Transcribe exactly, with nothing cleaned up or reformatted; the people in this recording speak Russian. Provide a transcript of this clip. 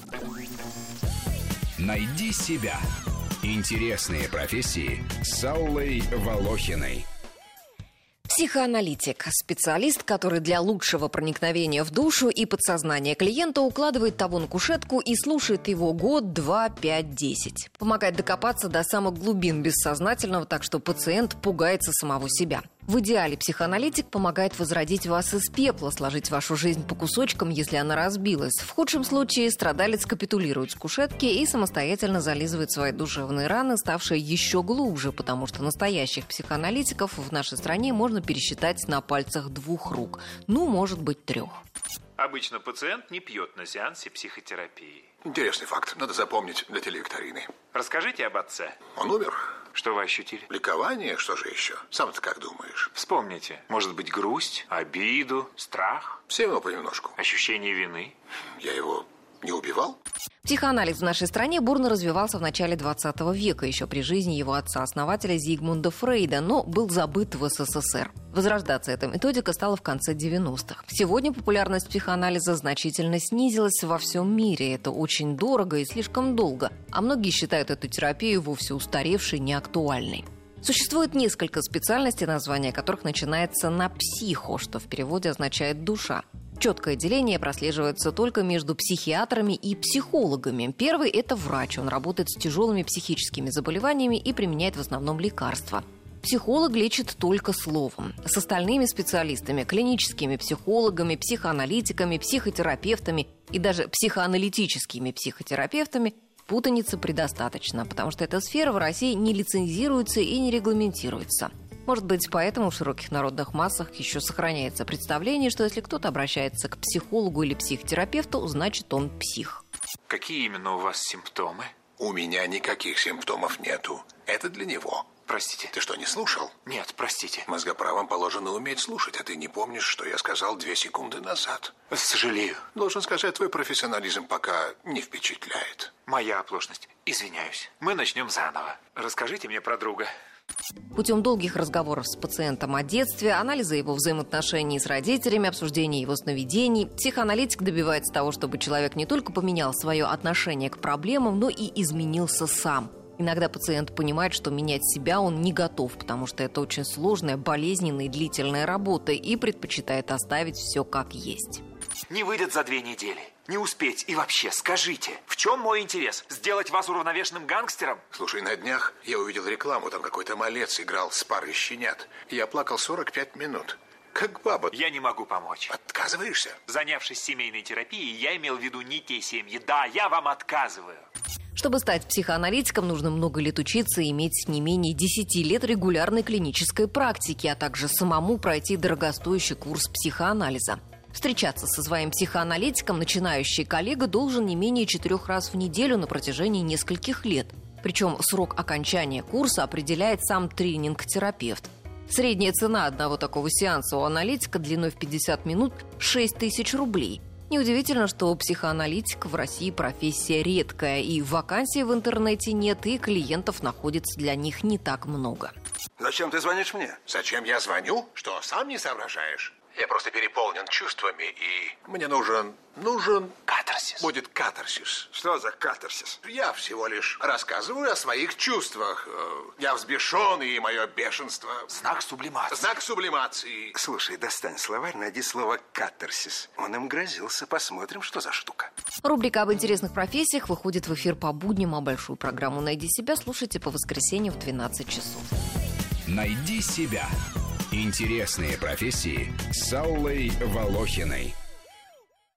Найди себя. Интересные профессии с Аллой Волохиной. Психоаналитик – специалист, который для лучшего проникновения в душу и подсознание клиента укладывает того на кушетку и слушает его год, два, пять, десять. Помогает докопаться до самых глубин бессознательного, так что пациент пугается самого себя. В идеале психоаналитик помогает возродить вас из пепла, сложить вашу жизнь по кусочкам, если она разбилась. В худшем случае страдалец капитулирует с кушетки и самостоятельно зализывает свои душевные раны, ставшие еще глубже, потому что настоящих психоаналитиков в нашей стране можно пересчитать на пальцах двух рук. Ну, может быть, трех. Обычно пациент не пьет на сеансе психотерапии. Интересный факт. Надо запомнить для телевикторины. Расскажите об отце. Он умер. Что вы ощутили? Ликование? Что же еще? Сам-то как думаешь? Вспомните. Может быть, грусть, обиду, страх? Всем его понемножку. Ощущение вины? Я его не убивал? Психоанализ в нашей стране бурно развивался в начале двадцатого века, еще при жизни его отца-основателя Зигмунда Фрейда, но был забыт в СССР. Возрождаться эта методика стала в конце девяностых. Сегодня популярность психоанализа значительно снизилась во всем мире. Это очень дорого и слишком долго, а многие считают эту терапию вовсе устаревшей, неактуальной. Существует несколько специальностей, название которых начинается на «психо», что в переводе означает «душа». Четкое деление прослеживается только между психиатрами и психологами. Первый – это врач. Он работает с тяжелыми психическими заболеваниями и применяет в основном лекарства. Психолог лечит только словом. С остальными специалистами, клиническими психологами, психоаналитиками, психотерапевтами и даже психоаналитическими психотерапевтами путаницы предостаточно, потому что эта сфера в России не лицензируется и не регламентируется. Может быть, поэтому в широких народных массах еще сохраняется представление, что если кто-то обращается к психологу или психотерапевту, значит он псих. Какие именно у вас симптомы? У меня никаких симптомов нету. Это для него. Простите. Ты что, не слушал? Нет, простите. Мозгоправам положено уметь слушать, а ты не помнишь, что я сказал две секунды назад. Сожалею. Должен сказать, твой профессионализм пока не впечатляет. Моя оплошность. Извиняюсь. Мы начнем заново. Расскажите мне про друга. Путем долгих разговоров с пациентом о детстве, анализа его взаимоотношений с родителями, обсуждения его сновидений, психоаналитик добивается того, чтобы человек не только поменял свое отношение к проблемам, но и изменился сам. Иногда пациент понимает, что менять себя он не готов, потому что это очень сложная, болезненная и длительная работа, и предпочитает оставить все как есть. Не выйдет за две недели. Не успеть. И вообще, скажите, в чем мой интерес? Сделать вас уравновешенным гангстером? Слушай, на днях я увидел рекламу, там какой-то малец играл с парой щенят. Я плакал сорок пять минут. Как баба. Я не могу помочь. Отказываешься? Занявшись семейной терапией, я имел в виду не те семьи. Да, я вам отказываю. Чтобы стать психоаналитиком, нужно много лет учиться и иметь не менее десяти лет регулярной клинической практики, а также самому пройти дорогостоящий курс психоанализа. Встречаться со своим психоаналитиком начинающий коллега должен не менее четырех раз в неделю на протяжении нескольких лет. Причем срок окончания курса определяет сам тренинг-терапевт. Средняя цена одного такого сеанса у аналитика длиной в пятьдесят минут – шесть тысяч рублей. Неудивительно, что психоаналитик в России профессия редкая, и вакансий в интернете нет, и клиентов находится для них не так много. Зачем ты звонишь мне? Зачем я звоню? Что, сам не соображаешь? Я просто переполнен чувствами, и мне нужен, нужен... Катарсис. Будет катарсис. Что за катарсис? Я всего лишь рассказываю о своих чувствах. Я взбешен, и мое бешенство... Знак сублимации. Знак сублимации. Слушай, достань словарь, найди слово катарсис. Он им грозился. Посмотрим, что за штука. Рубрика об интересных профессиях выходит в эфир по будням, а большую программу «Найди себя» слушайте по воскресеньям в двенадцать часов. Найди себя. Интересные профессии с Аллой Волохиной.